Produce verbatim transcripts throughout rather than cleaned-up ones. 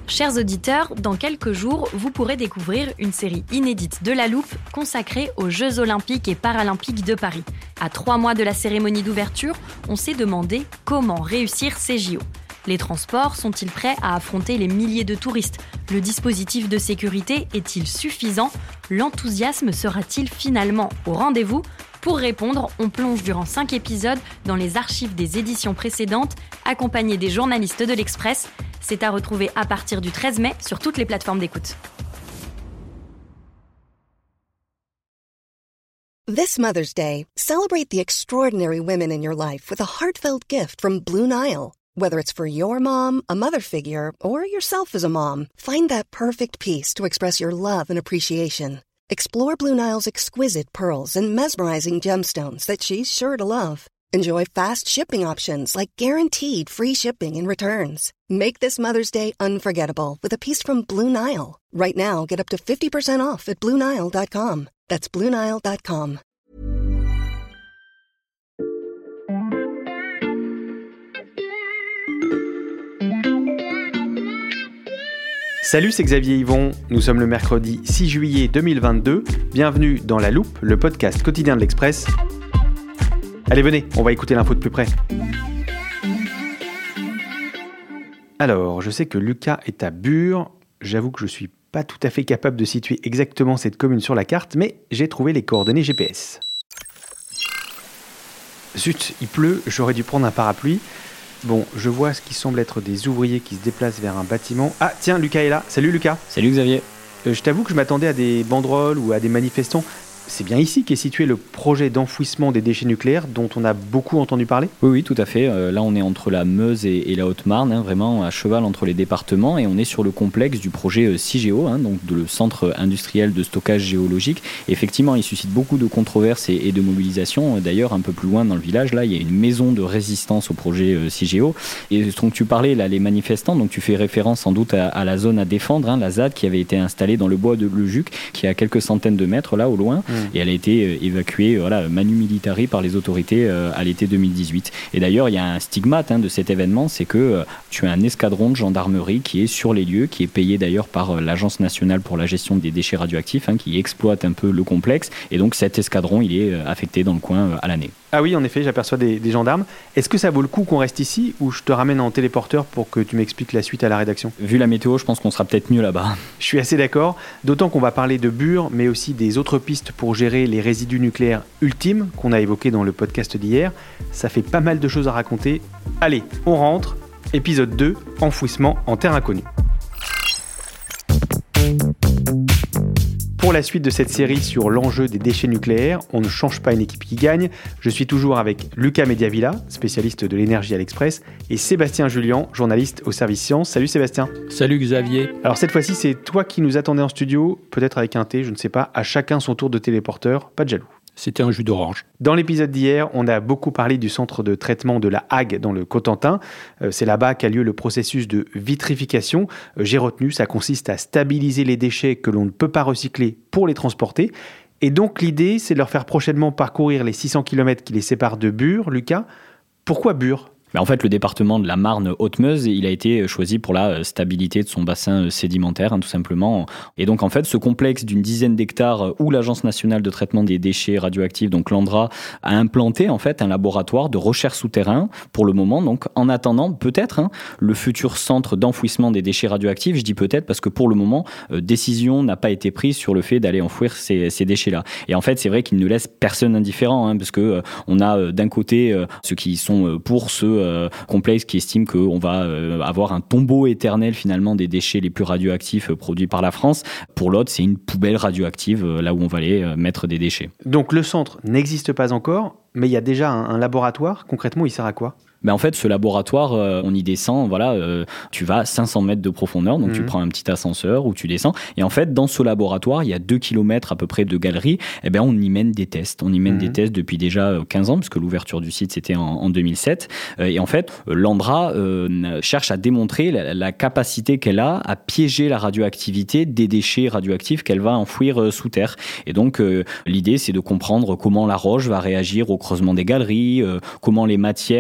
Chers auditeurs, dans quelques jours, vous pourrez découvrir une série inédite de La Loupe consacrée aux Jeux Olympiques et Paralympiques de Paris. À trois mois de la cérémonie d'ouverture, on s'est demandé comment réussir ces J O. Les transports sont-ils prêts à affronter les milliers de touristes ? Le dispositif de sécurité est-il suffisant ? L'enthousiasme sera-t-il finalement au rendez-vous ? Pour répondre, on plonge durant cinq épisodes dans les archives des éditions précédentes, accompagnés des journalistes de l'Express. C'est à retrouver à partir du treize mai sur toutes les plateformes d'écoute. This Mother's Day, celebrate the extraordinary women in your life with a heartfelt gift from Blue Nile. Whether it's for your mom, a mother figure, or yourself as a mom, find that perfect piece to express your love and appreciation. Explore Blue Nile's exquisite pearls and mesmerizing gemstones that she's sure to love. Enjoy fast shipping options like guaranteed free shipping and returns. Make this Mother's Day unforgettable with a piece from Blue Nile. Right now, get up to fifty percent off at Blue Nile dot com. That's Blue Nile dot com. Salut, c'est Xavier Yvon. Nous sommes le mercredi six juillet deux mille vingt-deux. Bienvenue dans La Loupe, le podcast quotidien de l'Express. Allez, venez, on va écouter l'info de plus près. Alors, je sais que Lucas est à Bure. J'avoue que je suis pas tout à fait capable de situer exactement cette commune sur la carte, mais j'ai trouvé les coordonnées G P S. Zut, il pleut, j'aurais dû prendre un parapluie. Bon, je vois ce qui semble être des ouvriers qui se déplacent vers un bâtiment. Ah, tiens, Lucas est là. Salut Lucas. Salut Xavier. Euh, je t'avoue que je m'attendais à des banderoles ou à des manifestants. C'est bien ici qu'est situé le projet d'enfouissement des déchets nucléaires dont on a beaucoup entendu parler ? Oui, oui, tout à fait. Euh, là, on est entre la Meuse et, et la Haute-Marne, hein, vraiment à cheval entre les départements, et on est sur le complexe du projet euh, CIGEO, hein, donc de le Centre industriel de stockage géologique. Et effectivement, il suscite beaucoup de controverses et, et de mobilisation. D'ailleurs, un peu plus loin dans le village, là, il y a une maison de résistance au projet euh, CIGEO. Et donc, tu parlais là, les manifestants, donc tu fais référence sans doute à, à la zone à défendre, hein, la Z A D, qui avait été installée dans le bois de Lejuc, qui est à quelques centaines de mètres là au loin. Mmh. Et elle a été euh, évacuée voilà, manu militari par les autorités euh, à l'été deux mille dix-huit. Et d'ailleurs, il y a un stigmate hein, de cet événement, c'est que euh, tu as un escadron de gendarmerie qui est sur les lieux, qui est payé d'ailleurs par euh, l'Agence nationale pour la gestion des déchets radioactifs, hein, qui exploite un peu le complexe. Et donc cet escadron, il est euh, affecté dans le coin euh, à l'année. Ah oui, en effet, j'aperçois des, des gendarmes. Est-ce que ça vaut le coup qu'on reste ici ou je te ramène en téléporteur pour que tu m'expliques la suite à la rédaction ? Vu la météo, je pense qu'on sera peut-être mieux là-bas. Je suis assez d'accord, d'autant qu'on va parler de Bure, mais aussi des autres pistes pour gérer les résidus nucléaires ultimes qu'on a évoqués dans le podcast d'hier. Ça fait pas mal de choses à raconter. Allez, on rentre. Épisode deux, enfouissement en terre inconnue. Pour la suite de cette série sur l'enjeu des déchets nucléaires, on ne change pas une équipe qui gagne. Je suis toujours avec Lucas Mediavilla, spécialiste de l'énergie à l'Express, et Sébastien Julian, journaliste au service Science. Salut Sébastien. Salut Xavier. Alors cette fois-ci, c'est toi qui nous attendais en studio, peut-être avec un thé, je ne sais pas, à chacun son tour de téléporteur, pas de jaloux. C'était un jus d'orange. Dans l'épisode d'hier, on a beaucoup parlé du centre de traitement de la Hague dans le Cotentin. Euh, c'est là-bas qu'a lieu le processus de vitrification. Euh, j'ai retenu, ça consiste à stabiliser les déchets que l'on ne peut pas recycler pour les transporter. Et donc l'idée, c'est de leur faire prochainement parcourir les six cents kilomètres qui les séparent de Bure. Lucas, pourquoi Bure ? En fait, le département de la Marne-Haute-Meuse, il a été choisi pour la stabilité de son bassin sédimentaire, hein, tout simplement. Et donc, en fait, ce complexe d'une dizaine d'hectares où l'Agence nationale de traitement des déchets radioactifs, donc l'ANDRA, a implanté en fait un laboratoire de recherche souterrain pour le moment. Donc, en attendant, peut-être, hein, le futur centre d'enfouissement des déchets radioactifs. Je dis peut-être parce que pour le moment, euh, décision n'a pas été prise sur le fait d'aller enfouir ces, ces déchets-là. Et en fait, c'est vrai qu'il ne laisse personne indifférent, hein, parce que euh, on a euh, d'un côté euh, ceux qui sont euh, pour ce Euh, complexe qui estime qu'on va euh, avoir un tombeau éternel finalement des déchets les plus radioactifs euh, produits par la France. Pour l'autre, c'est une poubelle radioactive euh, là où on va aller euh, mettre des déchets. Donc le centre n'existe pas encore, mais il y a déjà un, un laboratoire. Concrètement, il sert à quoi ? Ben en fait, ce laboratoire, euh, on y descend, voilà, euh, tu vas à cinq cents mètres de profondeur, donc mmh. tu prends un petit ascenseur où tu descends. Et en fait, dans ce laboratoire, il y a deux kilomètres à peu près de galeries. Et ben, on y mène des tests. On y mène mmh. des tests depuis déjà quinze ans, puisque l'ouverture du site, c'était en, en deux mille sept. Euh, et en fait, l'ANDRA euh, cherche à démontrer la, la capacité qu'elle a à piéger la radioactivité des déchets radioactifs qu'elle va enfouir euh, sous terre. Et donc, euh, l'idée, c'est de comprendre comment la roche va réagir au creusement des galeries, euh, comment les matières comme le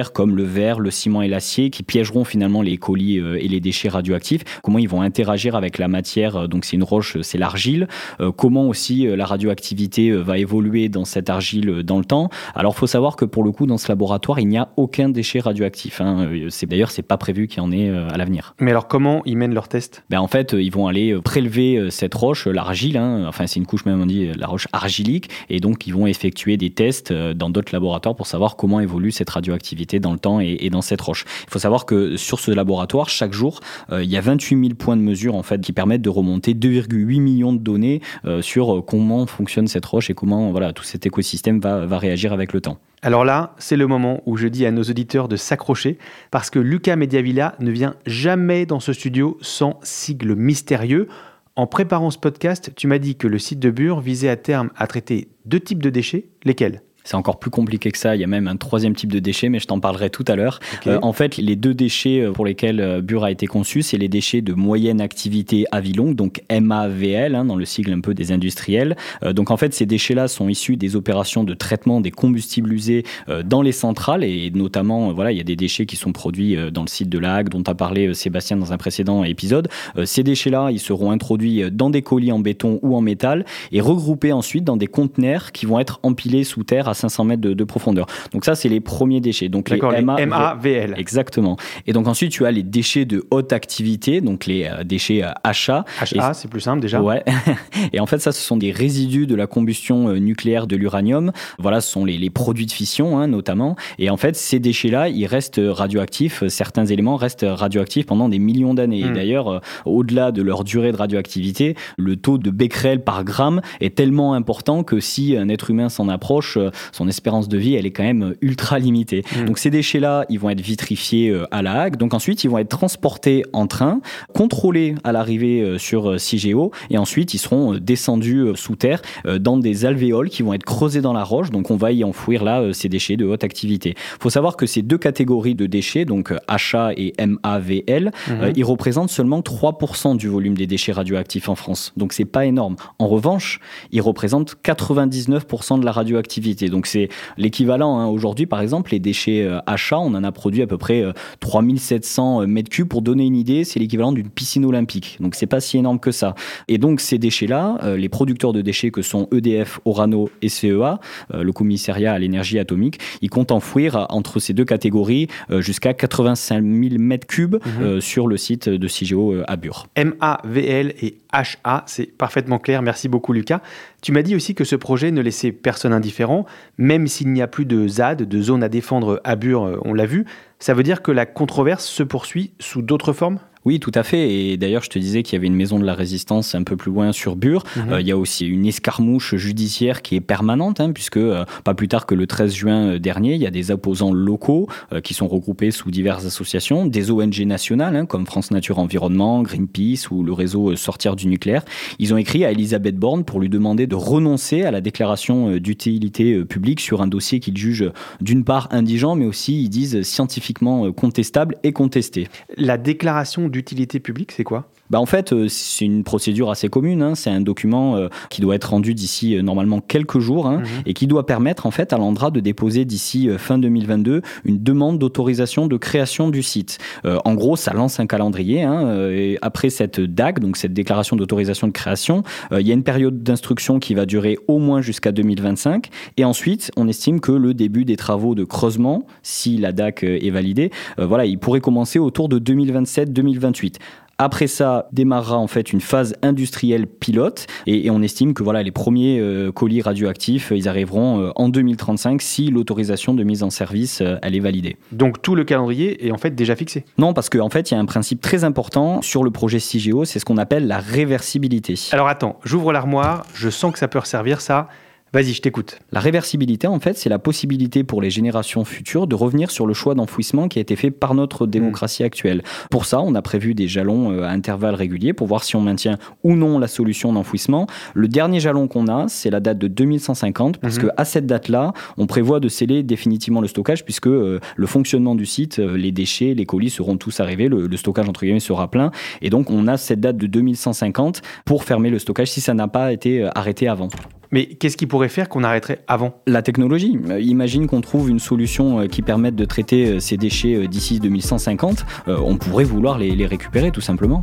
verre, le ciment et l'acier qui piégeront finalement les colis et les déchets radioactifs. Comment ils vont interagir avec la matière, donc c'est une roche, c'est l'argile. Comment aussi la radioactivité va évoluer dans cette argile dans le temps. Alors il faut savoir que pour le coup dans ce laboratoire il n'y a aucun déchet radioactif. Hein. C'est, d'ailleurs c'est pas prévu qu'il y en ait à l'avenir. Mais alors comment ils mènent leurs tests ? Ben, en fait ils vont aller prélever cette roche, l'argile, hein. Enfin c'est une couche même on dit la roche argilique, et donc ils vont effectuer des tests dans d'autres laboratoires pour savoir comment évolue cette radioactivité dans le temps et, et dans cette roche. Il faut savoir que sur ce laboratoire chaque jour euh, il y a vingt-huit mille points de mesure en fait qui permettent de remonter deux virgule huit millions de données euh, sur comment fonctionne cette roche et comment voilà, tout cet écosystème va, va réagir avec le temps. Alors là, c'est le moment où je dis à nos auditeurs de s'accrocher parce que Lucas Mediavilla ne vient jamais dans ce studio sans sigle mystérieux. En préparant ce podcast, tu m'as dit que le site de Bure visait à terme à traiter deux types de déchets. Lesquels ? C'est encore plus compliqué que ça, il y a même un troisième type de déchets, mais je t'en parlerai tout à l'heure. Okay. Euh, en fait, les deux déchets pour lesquels Bure a été conçu, c'est les déchets de moyenne activité à vie longue, donc M A V L, hein, dans le sigle un peu des industriels. Euh, donc en fait, ces déchets-là sont issus des opérations de traitement des combustibles usés euh, dans les centrales, et notamment, euh, voilà, il y a des déchets qui sont produits euh, dans le site de la Hague, dont a parlé euh, Sébastien dans un précédent épisode. Euh, ces déchets-là, ils seront introduits dans des colis en béton ou en métal, et regroupés ensuite dans des conteneurs qui vont être empilés sous terre à cinq cents mètres de, de profondeur. Donc ça, c'est les premiers déchets. Donc D'accord, les, les M A V L. Exactement. Et donc ensuite, tu as les déchets de haute activité, donc les euh, déchets euh, H A. H A, et, c'est plus simple déjà. Ouais. Et en fait, ça, ce sont des résidus de la combustion euh, nucléaire de l'uranium. Voilà, ce sont les, les produits de fission, hein, notamment. Et en fait, ces déchets-là, ils restent radioactifs. Certains éléments restent radioactifs pendant des millions d'années. Mmh. Et d'ailleurs, euh, au-delà de leur durée de radioactivité, le taux de becquerel par gramme est tellement important que si un être humain s'en approche, euh, son espérance de vie, elle est quand même ultra limitée. Mmh. Donc ces déchets-là, ils vont être vitrifiés à la Hague. Donc ensuite, ils vont être transportés en train, contrôlés à l'arrivée sur Cigéo, et ensuite, ils seront descendus sous terre dans des alvéoles qui vont être creusés dans la roche. Donc on va y enfouir là ces déchets de haute activité. Il faut savoir que ces deux catégories de déchets, donc H A et M A V L, mmh. euh, ils représentent seulement trois pour cent du volume des déchets radioactifs en France. Donc c'est pas énorme. En revanche, ils représentent quatre-vingt-dix-neuf pour cent de la radioactivité. Donc c'est l'équivalent. Hein. Aujourd'hui, par exemple, les déchets euh, H A, on en a produit à peu près euh, trois mille sept cents mètres cubes. Pour donner une idée, c'est l'équivalent d'une piscine olympique. Donc, c'est pas si énorme que ça. Et donc, ces déchets-là, euh, les producteurs de déchets que sont E D F, Orano et C E A, euh, le commissariat à l'énergie atomique, ils comptent enfouir entre ces deux catégories euh, jusqu'à quatre-vingt-cinq mille mètres cubes mmh. euh, sur le site de Cigéo euh, à Bure. M A V L et H A, c'est parfaitement clair. Merci beaucoup, Lucas. Tu m'as dit aussi que ce projet ne laissait personne indifférent, même s'il n'y a plus de Z A D, de zone à défendre à Bure, on l'a vu. Ça veut dire que la controverse se poursuit sous d'autres formes ? Oui, tout à fait. Et d'ailleurs, je te disais qu'il y avait une maison de la résistance un peu plus loin sur Bure. Mmh. Euh, il y a aussi une escarmouche judiciaire qui est permanente, hein, puisque euh, pas plus tard que le treize juin dernier, il y a des opposants locaux euh, qui sont regroupés sous diverses associations, des O N G nationales, hein, comme France Nature Environnement, Greenpeace ou le réseau Sortir du nucléaire. Ils ont écrit à Elisabeth Borne pour lui demander de renoncer à la déclaration d'utilité publique sur un dossier qu'ils jugent d'une part indigent, mais aussi, ils disent, scientifiquement contestable et contesté. La déclaration d'utilité publique, c'est quoi ? Bah en fait, euh, c'est une procédure assez commune. Hein. C'est un document euh, qui doit être rendu d'ici euh, normalement quelques jours hein, mmh. et qui doit permettre en fait à l'Andra de déposer d'ici euh, fin deux mille vingt-deux une demande d'autorisation de création du site. Euh, en gros, ça lance un calendrier. Hein, euh, et après cette D A C, donc cette déclaration d'autorisation de création, euh, il y a une période d'instruction qui va durer au moins jusqu'à deux mille vingt-cinq. Et ensuite, on estime que le début des travaux de creusement, si la D A C est validée, euh, voilà, il pourrait commencer autour de deux mille vingt-sept deux mille vingt-huit. Après ça, démarrera en fait une phase industrielle pilote et, et on estime que voilà, les premiers euh, colis radioactifs, ils arriveront euh, en deux mille trente-cinq si l'autorisation de mise en service, euh, elle est validée. Donc tout le calendrier est en fait déjà fixé ? Non, parce qu'en en fait, il y a un principe très important sur le projet Cigéo, c'est ce qu'on appelle la réversibilité. Alors attends, j'ouvre l'armoire, je sens que ça peut resservir ça. Vas-y, je t'écoute. La réversibilité, en fait, c'est la possibilité pour les générations futures de revenir sur le choix d'enfouissement qui a été fait par notre démocratie mmh. actuelle. Pour ça, on a prévu des jalons à intervalles réguliers pour voir si on maintient ou non la solution d'enfouissement. Le dernier jalon qu'on a, c'est la date de deux mille cent cinquante, parce mmh. qu'à cette date-là, on prévoit de sceller définitivement le stockage, puisque euh, le fonctionnement du site, euh, les déchets, les colis seront tous arrivés, le, le stockage, entre guillemets, sera plein. Et donc, on a cette date de deux mille cent cinquante pour fermer le stockage si ça n'a pas été arrêté avant. Mais qu'est-ce qui pourrait faire qu'on arrêterait avant ? La technologie. Imagine qu'on trouve une solution qui permette de traiter ces déchets d'ici deux mille cent cinquante. On pourrait vouloir les, les récupérer tout simplement.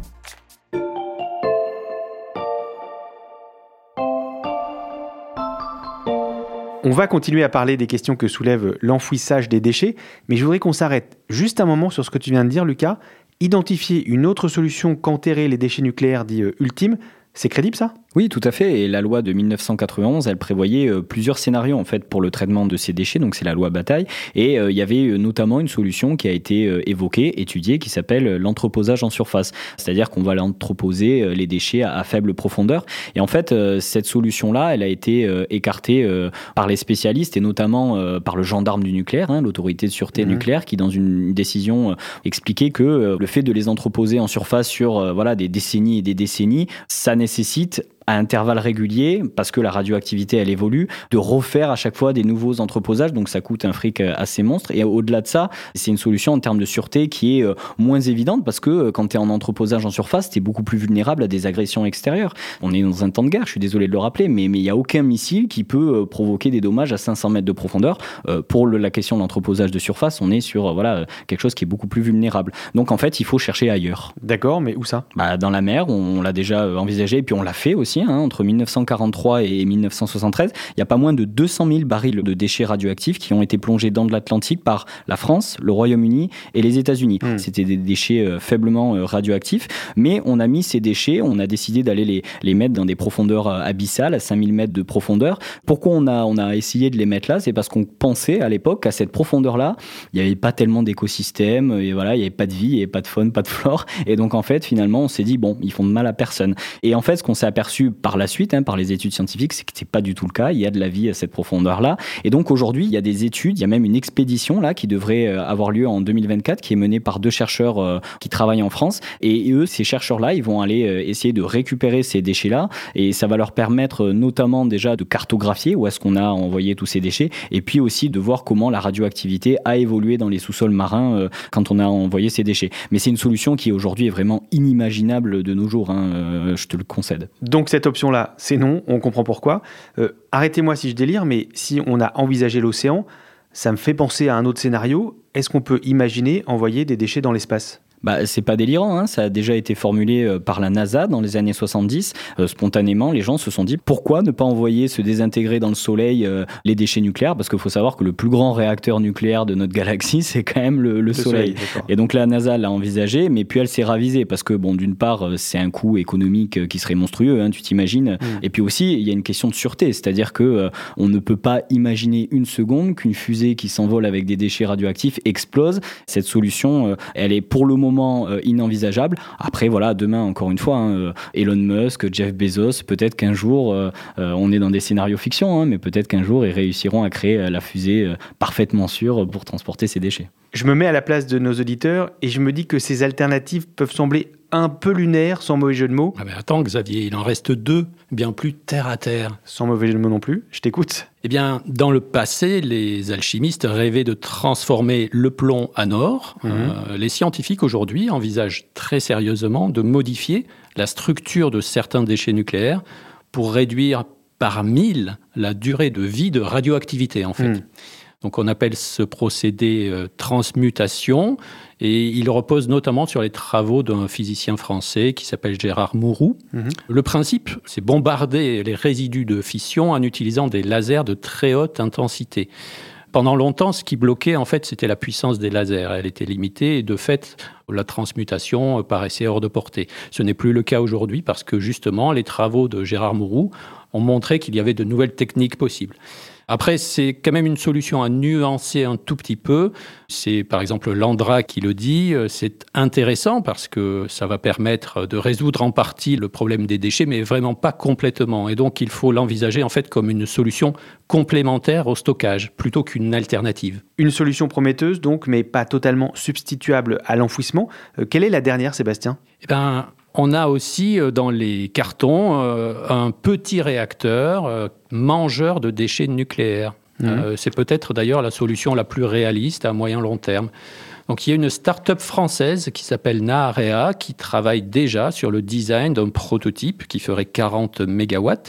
On va continuer à parler des questions que soulève l'enfouissage des déchets, mais je voudrais qu'on s'arrête juste un moment sur ce que tu viens de dire, Lucas. Identifier une autre solution qu'enterrer les déchets nucléaires dits euh, ultimes, c'est crédible ça ? Oui, tout à fait. Et la loi de dix-neuf cent quatre-vingt-onze, elle prévoyait euh, plusieurs scénarios en fait pour le traitement de ces déchets. Donc c'est la loi Bataille. Et euh, il y avait euh, notamment une solution qui a été euh, évoquée, étudiée, qui s'appelle euh, l'entreposage en surface. C'est-à-dire qu'on va l'entreposer euh, les déchets à, à faible profondeur. Et en fait, euh, cette solution-là, elle a été euh, écartée euh, par les spécialistes et notamment euh, par le gendarme du nucléaire, hein, l'autorité de sûreté mmh. nucléaire, qui dans une décision euh, expliquait que euh, le fait de les entreposer en surface sur euh, voilà des décennies et des décennies, ça nécessite à intervalles réguliers, parce que la radioactivité, elle évolue, de refaire à chaque fois des nouveaux entreposages, donc ça coûte un fric assez monstre. Et au-delà de ça, c'est une solution en termes de sûreté qui est moins évidente, parce que quand tu es en entreposage en surface, tu es beaucoup plus vulnérable à des agressions extérieures. On est dans un temps de guerre, je suis désolé de le rappeler, mais il n'y a aucun missile qui peut provoquer des dommages à cinq cents mètres de profondeur. Pour le, la question de l'entreposage de surface, on est sur voilà, quelque chose qui est beaucoup plus vulnérable. Donc en fait, il faut chercher ailleurs. D'accord, mais où ça ? Bah, dans la mer, on, on l'a déjà envisagé, et puis on l'a fait aussi. Hein, entre dix-neuf cent quarante-trois et dix-neuf cent soixante-treize, il n'y a pas moins de deux cent mille barils de déchets radioactifs qui ont été plongés dans de l'Atlantique par la France, le Royaume-Uni et les États-Unis. Mmh. C'était des déchets faiblement radioactifs, mais on a mis ces déchets, on a décidé d'aller les, les mettre dans des profondeurs abyssales, à cinq mille mètres de profondeur. Pourquoi on a, on a essayé de les mettre là ? C'est parce qu'on pensait à l'époque qu'à cette profondeur-là, il n'y avait pas tellement d'écosystèmes, et voilà, il n'y avait pas de vie, il n'y avait pas de faune, pas de flore. Et donc en fait, finalement, on s'est dit, bon, ils font de mal à personne. Et en fait, ce qu'on s'est aperçu par la suite, hein, par les études scientifiques, c'est que c'est pas du tout le cas. Il y a de la vie à cette profondeur-là. Et donc aujourd'hui, il y a des études, il y a même une expédition là qui devrait avoir lieu en deux mille vingt-quatre, qui est menée par deux chercheurs euh, qui travaillent en France. Et, et eux, ces chercheurs-là, ils vont aller euh, essayer de récupérer ces déchets-là. Et ça va leur permettre euh, notamment déjà de cartographier où est-ce qu'on a envoyé tous ces déchets. Et puis aussi de voir comment la radioactivité a évolué dans les sous-sols marins euh, quand on a envoyé ces déchets. Mais c'est une solution qui aujourd'hui est vraiment inimaginable de nos jours. Hein, euh, je te le concède. Donc cette option-là, c'est non, on comprend pourquoi. Euh, arrêtez-moi si je délire, mais si on a envisagé l'océan, ça me fait penser à un autre scénario. Est-ce qu'on peut imaginer envoyer des déchets dans l'espace ? Bah, c'est pas délirant, hein. Ça a déjà été formulé euh, par la NASA dans les années soixante-dix. Euh, spontanément, les gens se sont dit pourquoi ne pas envoyer se désintégrer dans le Soleil euh, les déchets nucléaires, parce qu'il faut savoir que le plus grand réacteur nucléaire de notre galaxie, c'est quand même le, le, le Soleil. soleil Et donc la NASA l'a envisagé, mais puis elle s'est ravisée parce que bon, d'une part, c'est un coût économique qui serait monstrueux, hein, tu t'imagines. Mmh. Et puis aussi, il y a une question de sûreté, c'est-à-dire que euh, on ne peut pas imaginer une seconde qu'une fusée qui s'envole avec des déchets radioactifs explose. Cette solution, euh, elle est pour le moment moment euh, inenvisageable. Après, voilà, demain, encore une fois, hein, Elon Musk, Jeff Bezos, peut-être qu'un jour, euh, euh, on est dans des scénarios fiction, hein, mais peut-être qu'un jour, ils réussiront à créer euh, la fusée euh, parfaitement sûre pour transporter ces déchets. Je me mets à la place de nos auditeurs et je me dis que ces alternatives peuvent sembler un peu lunaires, sans mauvais jeu de mots. Ah ben attends, Xavier, il en reste deux, bien plus terre à terre. Sans mauvais jeu de mots non plus, je t'écoute. Eh bien, dans le passé, les alchimistes rêvaient de transformer le plomb en or. Mmh. Euh, les scientifiques aujourd'hui envisagent très sérieusement de modifier la structure de certains déchets nucléaires pour réduire par mille la durée de vie de radioactivité, en fait. Mmh. Donc on appelle ce procédé euh, transmutation et il repose notamment sur les travaux d'un physicien français qui s'appelle Gérard Mourou. Mmh. Le principe, c'est bombarder les résidus de fission en utilisant des lasers de très haute intensité. Pendant longtemps, ce qui bloquait, en fait, c'était la puissance des lasers. Elle était limitée et de fait, la transmutation paraissait hors de portée. Ce n'est plus le cas aujourd'hui parce que justement, les travaux de Gérard Mourou ont montré qu'il y avait de nouvelles techniques possibles. Après, c'est quand même une solution à nuancer un tout petit peu. C'est par exemple Landra qui le dit. C'est intéressant parce que ça va permettre de résoudre en partie le problème des déchets, mais vraiment pas complètement. Et donc, il faut l'envisager en fait comme une solution complémentaire au stockage plutôt qu'une alternative. Une solution prometteuse donc, mais pas totalement substituable à l'enfouissement. Euh, quelle est la dernière, Sébastien ? Eh ben, on a aussi dans les cartons euh, un petit réacteur euh, mangeur de déchets nucléaires. Mmh. Euh, c'est peut-être d'ailleurs la solution la plus réaliste à moyen long terme. Donc il y a une start-up française qui s'appelle Naarea qui travaille déjà sur le design d'un prototype qui ferait quarante mégawatts.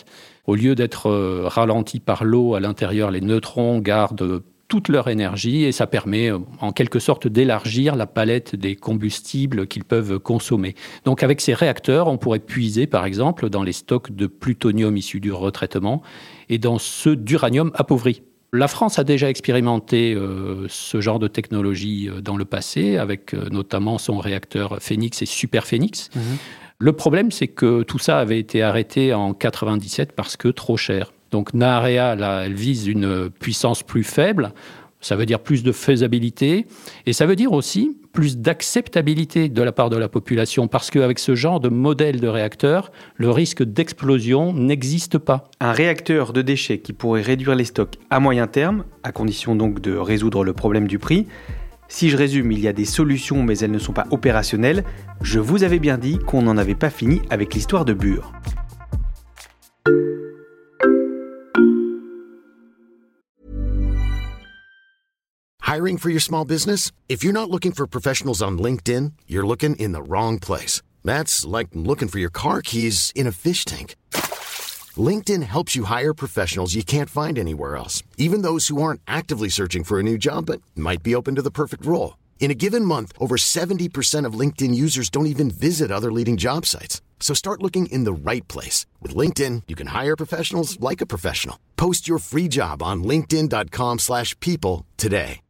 Au lieu d'être euh, ralentis par l'eau à l'intérieur, les neutrons gardent toute leur énergie et ça permet en quelque sorte d'élargir la palette des combustibles qu'ils peuvent consommer. Donc avec ces réacteurs, on pourrait puiser par exemple dans les stocks de plutonium issus du retraitement et dans ceux d'uranium appauvri. La France a déjà expérimenté euh, ce genre de technologie dans le passé avec euh, notamment son réacteur Phénix et Super Phénix. Mmh. Le problème, c'est que tout ça avait été arrêté en quatre-vingt-dix-sept parce que trop cher. Donc NAREA, là, elle vise une puissance plus faible, ça veut dire plus de faisabilité, et ça veut dire aussi plus d'acceptabilité de la part de la population, parce qu'avec ce genre de modèle de réacteur, le risque d'explosion n'existe pas. Un réacteur de déchets qui pourrait réduire les stocks à moyen terme, à condition donc de résoudre le problème du prix. Si je résume, il y a des solutions, mais elles ne sont pas opérationnelles. Je vous avais bien dit qu'on n'en avait pas fini avec l'histoire de Bure. Hiring for your small business? If you're not looking for professionals on LinkedIn, you're looking in the wrong place. That's like looking for your car keys in a fish tank. LinkedIn helps you hire professionals you can't find anywhere else, even those who aren't actively searching for a new job but might be open to the perfect role. In a given month, over seventy percent of LinkedIn users don't even visit other leading job sites. So start looking in the right place. With LinkedIn, you can hire professionals like a professional. Post your free job on linkedin dot com slash people today.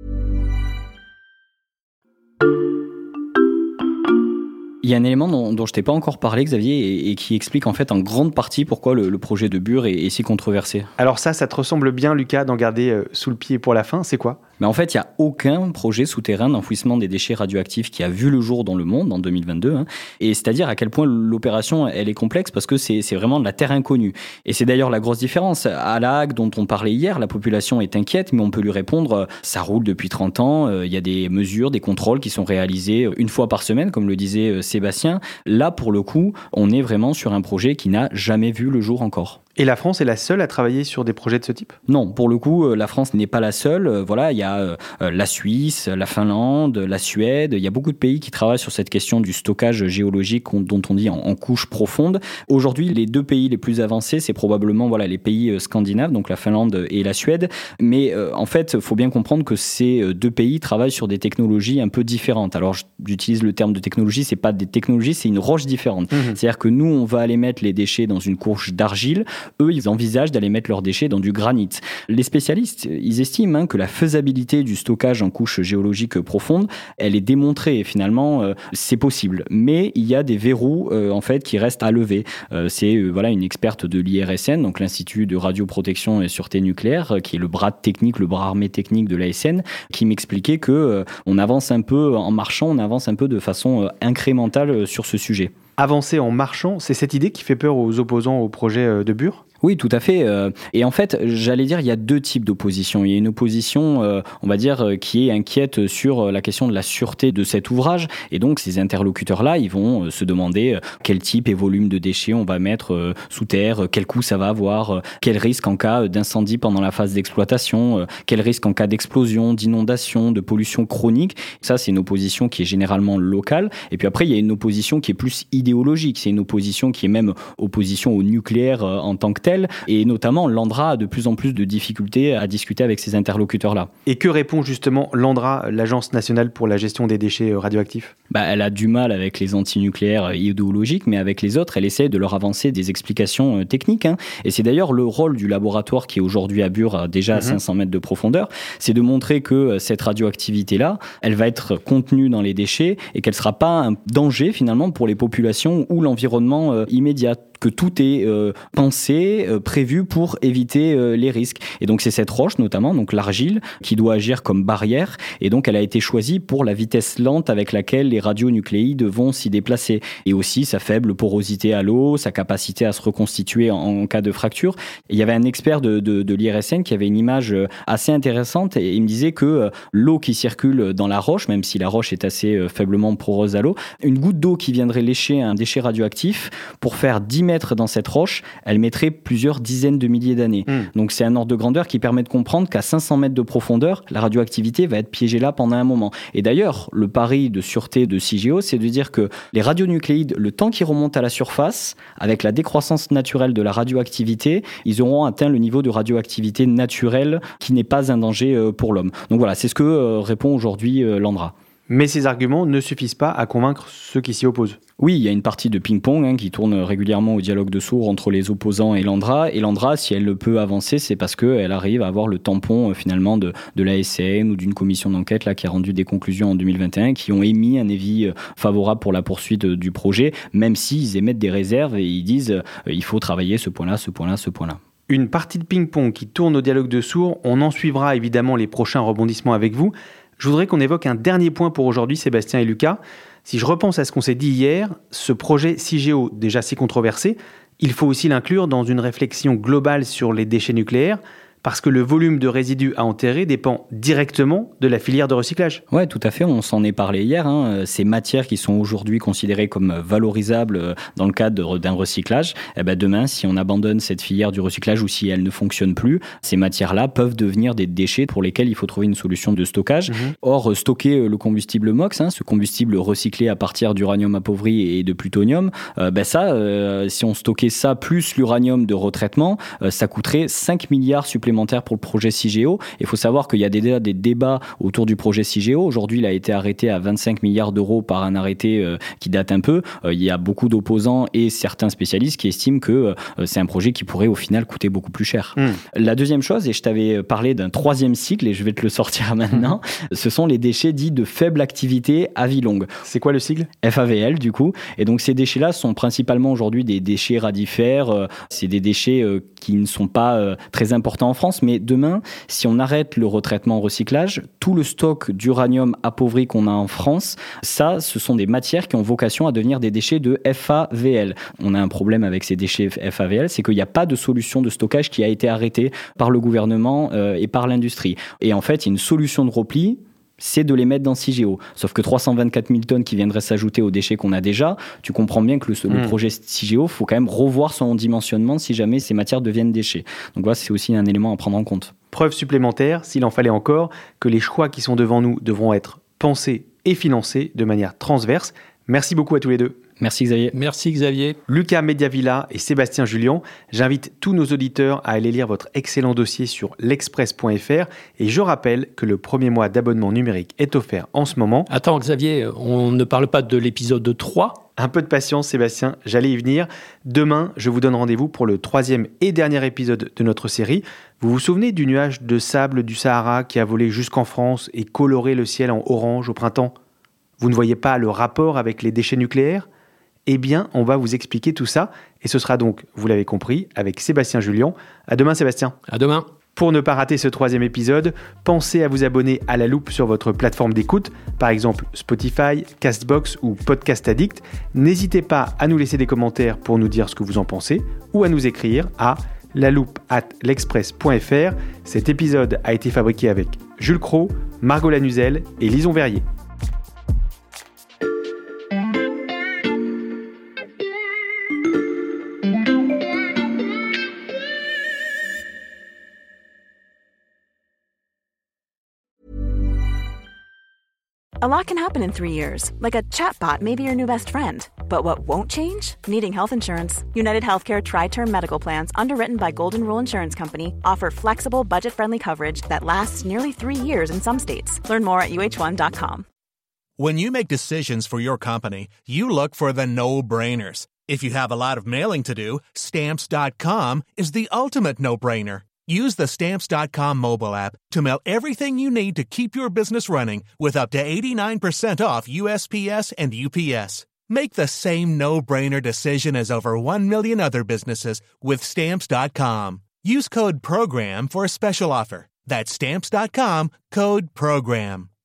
Il y a un élément dont, dont je t'ai pas encore parlé, Xavier, et, et qui explique en fait en grande partie pourquoi le, le projet de Bure est, est si controversé. Alors ça, ça te ressemble bien, Lucas, d'en garder euh, sous le pied pour la fin, c'est quoi ? Mais en fait, il n'y a aucun projet souterrain d'enfouissement des déchets radioactifs qui a vu le jour dans le monde en deux mille vingt-deux. Hein. Et c'est-à-dire à quel point l'opération, elle est complexe parce que c'est, c'est vraiment de la terre inconnue. Et c'est d'ailleurs la grosse différence. À La Hague, dont on parlait hier, la population est inquiète, mais on peut lui répondre, ça roule depuis trente ans, il y a des mesures, des contrôles qui sont réalisés une fois par semaine, comme le disait Sébastien. Là, pour le coup, on est vraiment sur un projet qui n'a jamais vu le jour encore. Et la France est la seule à travailler sur des projets de ce type ? Non, pour le coup, la France n'est pas la seule. Voilà, il y a euh, la Suisse, la Finlande, la Suède. Il y a beaucoup de pays qui travaillent sur cette question du stockage géologique dont on dit en, en couche profonde. Aujourd'hui, les deux pays les plus avancés, c'est probablement voilà les pays scandinaves, donc la Finlande et la Suède. Mais euh, en fait, il faut bien comprendre que ces deux pays travaillent sur des technologies un peu différentes. Alors, j'utilise le terme de technologie, c'est pas des technologies, c'est une roche différente. Mmh. C'est-à-dire que nous, on va aller mettre les déchets dans une couche d'argile. Eux, ils envisagent d'aller mettre leurs déchets dans du granit. Les spécialistes, ils estiment hein, que la faisabilité du stockage en couche géologique profonde, elle est démontrée et finalement, euh, c'est possible. Mais il y a des verrous euh, en fait qui restent à lever. Euh, c'est euh, voilà une experte de l'I R S N, donc l'Institut de radioprotection et sûreté nucléaire, euh, qui est le bras technique, le bras armé technique de l'A S N, qui m'expliquait que euh, on avance un peu en marchant, on avance un peu de façon euh, incrémentale euh, sur ce sujet. Avancer en marchant, c'est cette idée qui fait peur aux opposants au projet de Bure ? Oui, tout à fait. Et en fait, j'allais dire, il y a deux types d'opposition. Il y a une opposition, on va dire, qui est inquiète sur la question de la sûreté de cet ouvrage. Et donc, ces interlocuteurs-là, ils vont se demander quel type et volume de déchets on va mettre sous terre, quel coût ça va avoir, quel risque en cas d'incendie pendant la phase d'exploitation, quel risque en cas d'explosion, d'inondation, de pollution chronique. Ça, c'est une opposition qui est généralement locale. Et puis après, il y a une opposition qui est plus idéologique. C'est une opposition qui est même opposition au nucléaire en tant que tel. Et notamment, l'ANDRA a de plus en plus de difficultés à discuter avec ces interlocuteurs-là. Et que répond justement l'ANDRA, l'Agence nationale pour la gestion des déchets radioactifs ? Bah, elle a du mal avec les antinucléaires idéologiques, mais avec les autres, elle essaie de leur avancer des explications techniques. Hein. Et c'est d'ailleurs le rôle du laboratoire qui est aujourd'hui à Bure, déjà à mmh. cinq cents mètres de profondeur, c'est de montrer que cette radioactivité-là, elle va être contenue dans les déchets et qu'elle ne sera pas un danger finalement pour les populations ou l'environnement euh, immédiat. Que tout est euh, pensé, euh, prévu pour éviter euh, les risques. Et donc c'est cette roche notamment, donc l'argile, qui doit agir comme barrière. Et donc elle a été choisie pour la vitesse lente avec laquelle les radionucléides vont s'y déplacer. Et aussi sa faible porosité à l'eau, sa capacité à se reconstituer en, en cas de fracture. Et il y avait un expert de, de, de l'I R S N qui avait une image assez intéressante et il me disait que euh, l'eau qui circule dans la roche, même si la roche est assez euh, faiblement poreuse à l'eau, une goutte d'eau qui viendrait lécher un déchet radioactif, pour faire dix mètres dans cette roche, elle mettrait plusieurs dizaines de milliers d'années. Mmh. Donc c'est un ordre de grandeur qui permet de comprendre qu'à cinq cents mètres de profondeur, la radioactivité va être piégée là pendant un moment. Et d'ailleurs, le pari de sûreté de Cigéo, c'est de dire que les radionucléides, le temps qu'ils remontent à la surface, avec la décroissance naturelle de la radioactivité, ils auront atteint le niveau de radioactivité naturelle qui n'est pas un danger pour l'homme. Donc voilà, c'est ce que répond aujourd'hui l'ANDRA. Mais ces arguments ne suffisent pas à convaincre ceux qui s'y opposent. Oui, il y a une partie de ping-pong hein, qui tourne régulièrement au dialogue de sourds entre les opposants et l'ANDRA. Et l'ANDRA, si elle le peut avancer, c'est parce qu'elle arrive à avoir le tampon euh, finalement de, de l'A S N ou d'une commission d'enquête là, qui a rendu des conclusions en deux mille vingt et un qui ont émis un avis euh, favorable pour la poursuite euh, du projet, même s'ils émettent des réserves et ils disent euh, il faut travailler ce point-là, ce point-là, ce point-là. Une partie de ping-pong qui tourne au dialogue de sourds, on en suivra évidemment les prochains rebondissements avec vous. Je voudrais qu'on évoque un dernier point pour aujourd'hui, Sébastien et Lucas. Si je repense à ce qu'on s'est dit hier, ce projet Cigéo, déjà si controversé, il faut aussi l'inclure dans une réflexion globale sur les déchets nucléaires, parce que le volume de résidus à enterrer dépend directement de la filière de recyclage. Oui, tout à fait, on s'en est parlé hier. Hein. Ces matières qui sont aujourd'hui considérées comme valorisables dans le cadre d'un recyclage, eh ben demain, si on abandonne cette filière du recyclage ou si elle ne fonctionne plus, ces matières-là peuvent devenir des déchets pour lesquels il faut trouver une solution de stockage. Mmh. Or, stocker le combustible M O X, hein, ce combustible recyclé à partir d'uranium appauvri et de plutonium, euh, ben ça, euh, si on stockait ça plus l'uranium de retraitement, euh, ça coûterait cinq milliards supplémentaires pour le projet Cigéo. Il faut savoir qu'il y a déjà des débats autour du projet Cigéo. Aujourd'hui, il a été arrêté à vingt-cinq milliards d'euros par un arrêté euh, qui date un peu. Euh, il y a beaucoup d'opposants et certains spécialistes qui estiment que euh, c'est un projet qui pourrait au final coûter beaucoup plus cher. Mmh. La deuxième chose, et je t'avais parlé d'un troisième cycle, et je vais te le sortir maintenant, mmh. ce sont les déchets dits de faible activité à vie longue. C'est quoi le sigle ? F A V L, du coup. Et donc, ces déchets-là sont principalement aujourd'hui des déchets radifères. Euh, c'est des déchets euh, qui ne sont pas euh, très importants en France, mais demain, si on arrête le retraitement recyclage, tout le stock d'uranium appauvri qu'on a en France, ça, ce sont des matières qui ont vocation à devenir des déchets de F A V L. On a un problème avec ces déchets F A V L, c'est qu'il n'y a pas de solution de stockage qui a été arrêtée par le gouvernement euh, et par l'industrie. Et en fait, il y a une solution de repli, c'est de les mettre dans Cigéo. Sauf que trois cent vingt-quatre mille tonnes qui viendraient s'ajouter aux déchets qu'on a déjà, tu comprends bien que le, mmh. le projet Cigéo, il faut quand même revoir son dimensionnement si jamais ces matières deviennent déchets. Donc voilà, c'est aussi un élément à prendre en compte. Preuve supplémentaire, s'il en fallait encore, que les choix qui sont devant nous devront être pensés et financés de manière transverse. Merci beaucoup à tous les deux. Merci Xavier. Merci Xavier. Lucas Mediavilla et Sébastien Julian, j'invite tous nos auditeurs à aller lire votre excellent dossier sur l'express point f r et je rappelle que le premier mois d'abonnement numérique est offert en ce moment. Attends Xavier, on ne parle pas de l'épisode trois ? Un peu de patience Sébastien, j'allais y venir. Demain, je vous donne rendez-vous pour le troisième et dernier épisode de notre série. Vous vous souvenez du nuage de sable du Sahara qui a volé jusqu'en France et coloré le ciel en orange au printemps ? Vous ne voyez pas le rapport avec les déchets nucléaires ? Eh bien, on va vous expliquer tout ça. Et ce sera donc, vous l'avez compris, avec Sébastien Julian. À demain, Sébastien. À demain. Pour ne pas rater ce troisième épisode, pensez à vous abonner à La Loupe sur votre plateforme d'écoute, par exemple Spotify, Castbox ou Podcast Addict. N'hésitez pas à nous laisser des commentaires pour nous dire ce que vous en pensez ou à nous écrire à laloupe arobase l'express point f r. Cet épisode a été fabriqué avec Jules Cros, Margot Lanuzel et Lison Verrier. A lot can happen in three years, like a chatbot may be your new best friend. But what won't change? Needing health insurance. United Healthcare Tri-Term Medical Plans, underwritten by Golden Rule Insurance Company, offer flexible, budget-friendly coverage that lasts nearly three years in some states. Learn more at U H one dot com. When you make decisions for your company, you look for the no-brainers. If you have a lot of mailing to do, Stamps dot com is the ultimate no-brainer. Use the Stamps dot com mobile app to mail everything you need to keep your business running with up to eighty-nine percent off U S P S and U P S. Make the same no-brainer decision as over one million other businesses with Stamps dot com. Use code PROGRAM for a special offer. That's Stamps dot com, code PROGRAM.